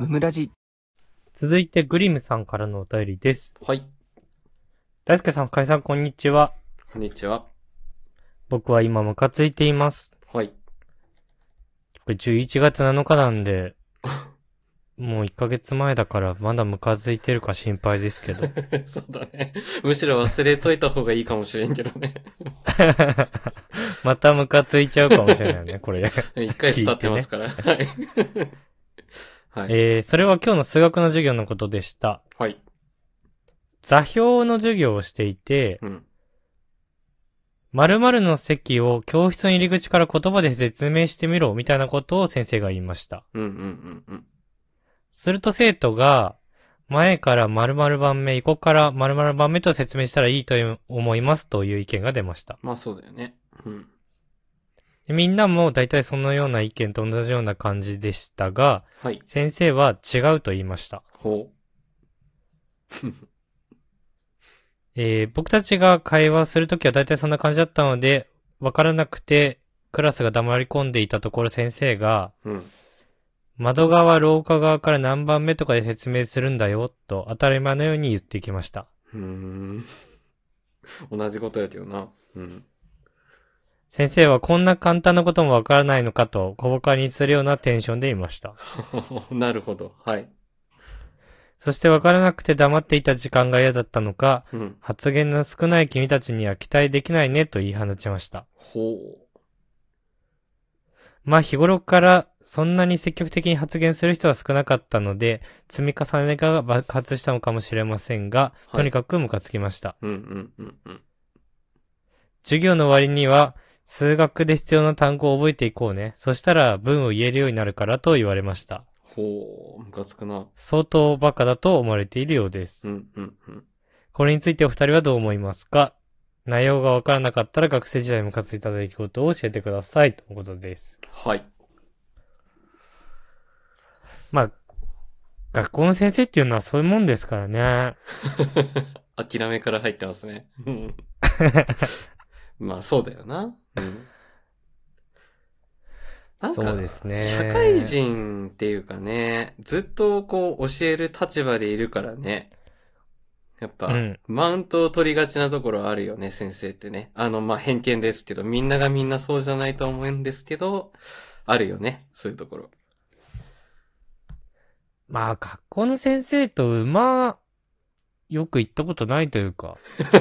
ムラジ。 続いてグリムさんからのお便りです。 はい。 大輔さん、深井さん、こんにちは。 こんにちは。 僕は今ムカついています。 はい。 これ11月7日なんで、もう1ヶ月前だからまだムカついてるか心配ですけど。 そうだね。むしろ忘れといた方がいいかもしれんけどね。 またムカついちゃうかもしれないね、これ。 一回伝ってますから。はい。はい。 それは今日の数学の授業のことでした。 はい。 座標の授業をしていて、 うん。 〇〇の席を教室の入り口から言葉で説明してみろ、みたいなことを先生が言いました。 うんうんうんうん。 すると生徒が、前から〇〇番目、横から〇〇番目と説明したらいいと思いますという意見が出ました。 まあそうだよね。うん。 みんなも大体そのような意見と同じような感じでしたが、 はい。 先生は違うと言いました。 ほ僕たちが会話するときは大体そんな感じだったので、わからなくて、クラスが黙り込んでいたところ先生が、 う。うん。 窓側、廊下側から何番目とかで説明するんだよ、と当たり前のように言ってきました。 同じことやけどな。うん。 先生はこんな簡単なこともわからないのかと小馬鹿にするようなテンションでいました。 なるほど。はい。 そしてわからなくて黙っていた時間が嫌だったのか、 うん。 発言の少ない君たちには期待できないねと言い放ちました。 ほまあ日頃からそんなに積極的に発言する人は少なかったので、積み重ねが爆発したのかもしれませんが、 う。 とにかくムカつきました。 うんうんうんうん。 授業の終わりには、数学で必要な単語を覚えていこうね。そしたら文を言えるようになるからと言われました。 ほう。ムカつくな。 相当バカだと思われているようです。 うんうんうん。 これについてお二人はどう思いますか？内容がわからなかったら学生時代ムカついた出来事を教えてください。ということです。 はい。 まあ、学校の先生っていうのはそういうもんですからね。 諦めから入ってますね。うんまあそうだよな。うん。なんか、 そうです社会ね。 人っていうかね、ずっとこう教える立場でいるからね。やっぱ、 うん。 マウントを取りがちなところあるよね、先生ってね。まあ、偏見ですけど、みんながみんなそうじゃないと思うんですけど、あるよね、そういうところ。 まあ、学校の先生とよく行ったことないというか。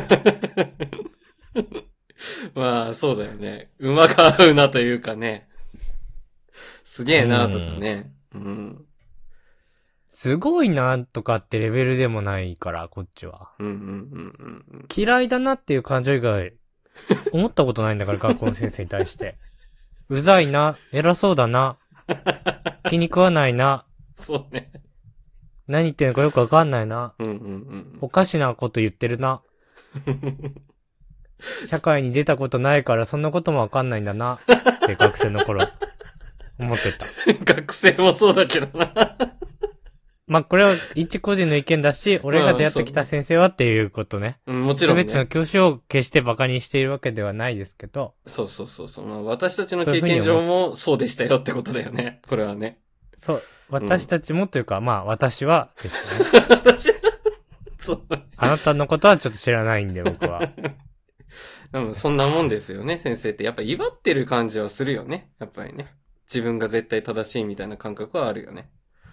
まあ、そうだよね。馬が合うなというかね。すげうえなとかん。 ね。うん。 すごいなとかってレベルでもないから、こっちは。 うんうんうんうんうん。 嫌いだなっていう感情以外、思ったことないんだから、学校の先生に対して。うざいな、偉そうだな、気に食わないな、 そうね。 何言ってんのかよくわかんないな、 うんうんうんおかしなこと言ってるな、 うん。 社会に出たことないからそんなこともわかんないんだな、って学生の頃、思ってた。 学生もそうだけどな。 まあ、これは一個人の意見だし、俺が出会ってきた先生はっていうことね。 うん、もちすべてのろんね。 教師を決して馬鹿にしているわけではないですけど、 そうそうそうそう。まあ、私たちの経そういうふうに思っ験上もそうでしたよってことだよね。これはね。 そう、 うん。 私たちもというか、まあ、私はですね。 私、そうだね。 あなたのことはちょっと知らないんで、僕は。 うん、そんなもんですよね、先生って。やっぱ威張ってる感じはするよね。やっぱりね。自分が絶対正しいみたいな感覚はあるよね。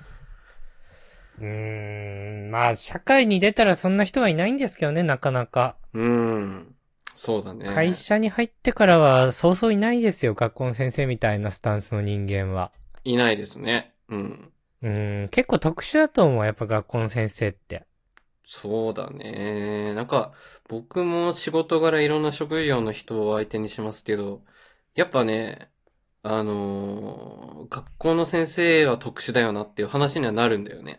まあ、社会に出たらそんな人はいないんですけどね、なかなか。 そうだね。 会社に入ってからは、そうそういないですよ、学校の先生みたいなスタンスの人間は。 いないですね。うん。 結構特殊だと思う、やっぱ学校の先生って。 そうだね。なんか、僕も仕事柄いろんな職業の人を相手にしますけど、やっぱね、学校の先生は特殊だよなっていう話にはなるんだよね。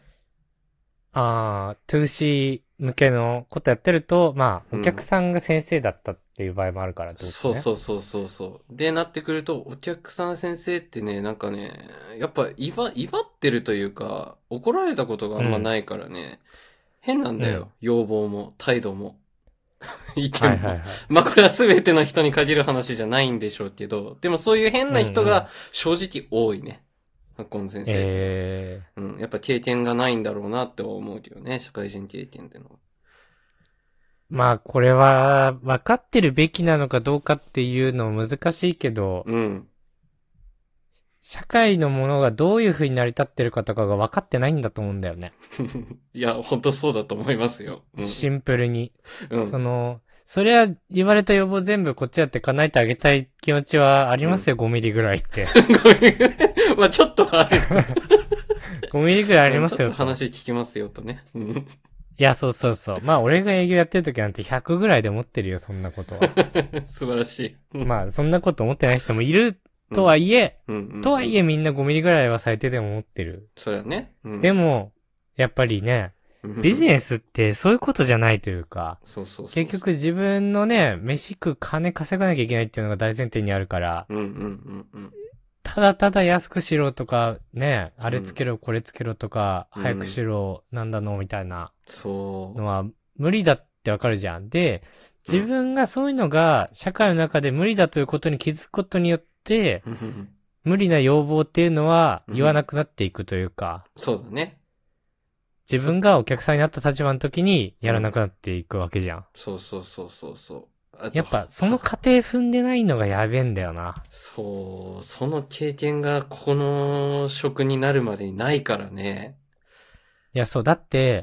2C 向けのことやってると、まあ、お客うん。 さんが先生だったっていう場合もあるからってことそうね。 そうそうそうそう。で、なってくると、お客さん先生ってね、なんかね、やっぱ威張ってるというか、怒られたことがあうん。 んまないからね、変なんうん。 だよ。要望も、態度も、意見も。 はいはいはい。 まあこれは全ての人に限る話じゃないんでしょうけど、でもそういう変うんうな人がん。 正直多いね。 学校の先生。 えうん。やっぱ経験がないんだろうなって思うけどね、社会人経験ってのは。 まあ、これは、分かってるべきなのかどうかっていうのも難しいけど、 うん。 社会のものがどういう風に成り立ってるかとかが分かってないんだと思うんだよね。 いや、ほんとそうだと思いますよ。うん。 シンプルに。 うん。 それは言われた要望全部こっちだって叶えてあげたい気持ちはありますよ、5ミリぐらいって。 ごめん。まあちょっとある。 5ミリぐらいありますよちょっと話聞きますよとね。うん。 いや、そうそうそう。まあ、俺が営業やってる時なんて100ぐらいで思ってるよ、そんなことは。 素晴らしい。 まあ、そんなこと思ってない人もいるとはいえ、とはいえみんな5ミリぐらいは最低でも持ってる。 そうだね。うん、 でも、やっぱりね、ビジネスってそういうことじゃないというか、 そうそうそう結局自分のね、飯食う金稼がなきゃいけないっていうのが大前提にあるから、ただただ安くしろとか、ね、あれつけろ、これつけろとか、早くしろ、なんだの、みたいなのは無理だってわかるじゃん。で、自分がそういうのが社会の中で無理だということに気づくことによって、無理な要望っていうのは言わなくなっていくというか、 そうだね。 自分がお客さんになった立場の時にやらなくなっていくわけじゃん。 そうそうそうそうそう。 やっぱその過程踏んでないのがやべえんだよな。 そう、その経験がこの職になるまでにないからね。 いや、そう、だって、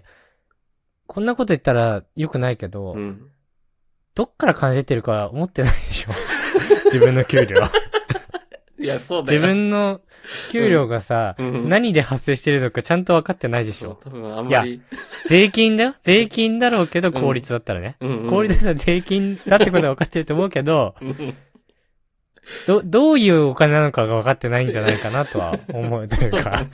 こんなこと言ったら良くないけど、どっから金出てるか思ってないでしょ自分の給料。 いや、そうだよ。 自分の給料がさ、何で発生してるのかちゃんと分かってないでしょ。 多分あんまり。 いや、税金だよ。税金だろうけど、効率だったらね。効率だったら税金だってことは分かってると思うけど、どういうお金なのかが分かってないんじゃないかなとは思うというか。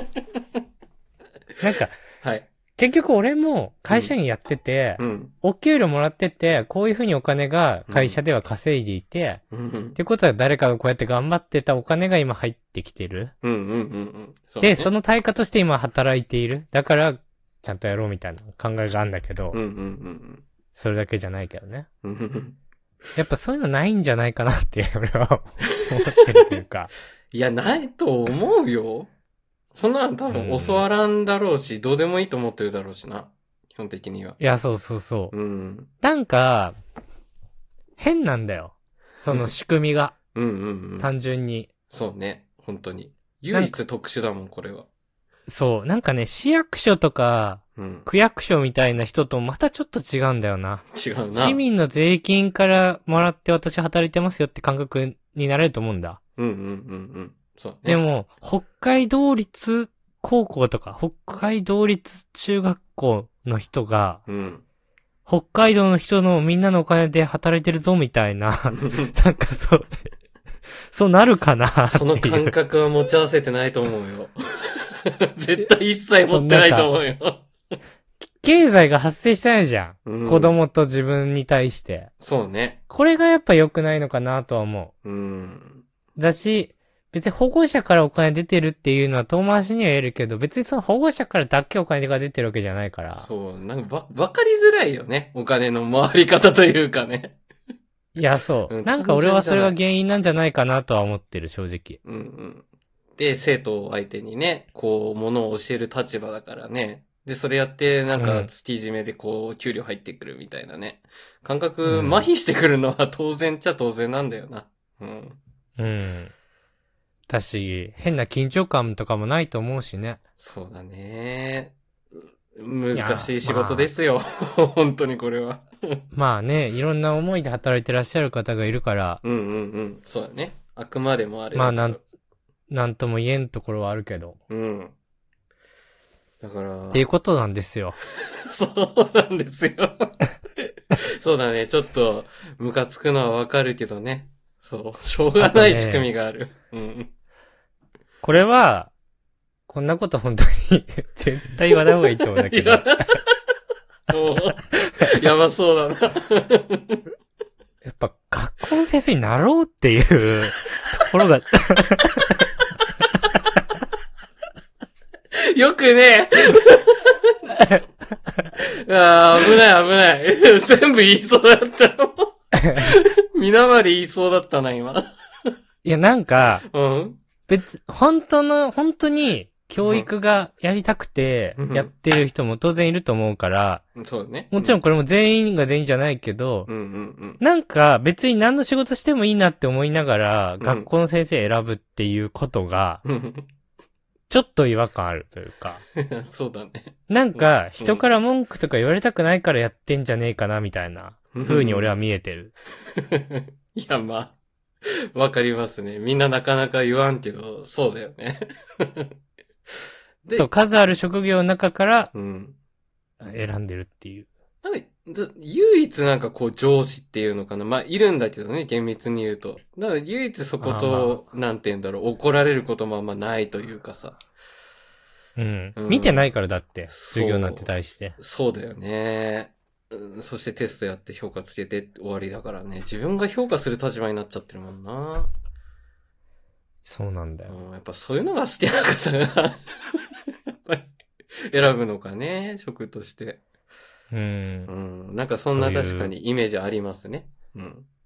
なんか、 はい。 結局俺も会社員やってて、お給料もらってて、こういうふうにお金が会社では稼いでいて、ってことは誰かがこうやって頑張ってたお金が今入ってきてる。で、その対価として今働いている。だから、ちゃんとやろうみたいな考えがあるんだけど、それだけじゃないけどね。やっぱそういうのないんじゃないかなって俺は思ってるというか。 いや、ないと思うよ。そんなの多分教わらんだろうし、どうでもいいと思ってるだろうしな。基本的には。 いや、そうそうそう。なんか、変なんだよ。その仕組みが。単純に。 そうね。本当に。唯一特殊だもん、これは。 そう。なんかね、市役所とか、区役所みたいな人とまたちょっと違うんだよな。 違うな。 市民の税金からもらって私働いてますよって感覚になれると思うんだ。 そうね。 でも、北海道立高校とか、北海道立中学校の人が、北海道の人のみんなのお金で働いてるぞみたいな、なんかそうなるかなその感覚は持ち合わせてないと思うよ。絶対一切持ってないと思うよ。 経済が発生してないじゃん。子供と自分に対して。 そうね。 これがやっぱ良くないのかなとは思う。だし、別に保護者からお金出てるっていうのは遠回しには言えるけど、別にその保護者からだけお金が出てるわけじゃないから。 そう、なんかわかりづらいよね。お金の回り方というかね。 いや、そう。なんか俺はそれが原因なんじゃないかなとは思ってる、正直。 で、生徒相手にね、こう、ものを教える立場だからね。で、それやって、なんか、月締めでこう、給料入ってくるみたいなね。感覚、麻痺してくるのは当然っちゃ当然なんだよな。 だし、変な緊張感とかもないと思うしね。 そうだね。難しい仕事ですよ。本当にこれは。 まあね、いろんな思いで働いてらっしゃる方がいるから。 そうだね。あくまでもあれまあなんとも言えんところはあるけど。 だから。 っていうことなんですよ。 そうなんですよ。そうだね。ちょっと、ムカつくのはわかるけどね。そう。しょうがない仕組みがある。 これは、こんなこと本当に絶対言わない方がいいと思うんだけど。 もう、やばそうだな。 やっぱ学校の先生になろうっていうところがよくねああ、危ない危ない。全部言いそうだった皆まで言いそうだったな、今。 いや、なんか、 本当に教育がやりたくてやってる人も当然いると思うから、 そうだね。 もちろんこれも全員が全員じゃないけど、 うんなんか別に何の仕事してもいいなって思いながら、学校の先生選ぶっていうことが、ちょっと違和感あるというか。 そうだね。 なんか、人から文句とか言われたくないからやってんじゃねえかな、みたいな風に俺は見えてる。 いや、まあ、わかりますね。みんななかなか言わんけど、そうだよね。 そう、数ある職業の中からうん。 選んでるっていう。 なんか、唯一なんかこう上司っていうのかな。まあ、いるんだけどね、厳密に言うと。だから唯一そこと、なんて言うんだろう、怒られることもあんまないというかさ。 うん。見てないからだって、授業なんて対して。 そうだよね。そしてテストやって評価つけて終わりだからね。自分が評価する立場になっちゃってるもんな。 そうなんだよ。 やっぱそういうのが好きな方がやっぱり選ぶのかね、職として。なんかそんな確かにイメージありますね。うん。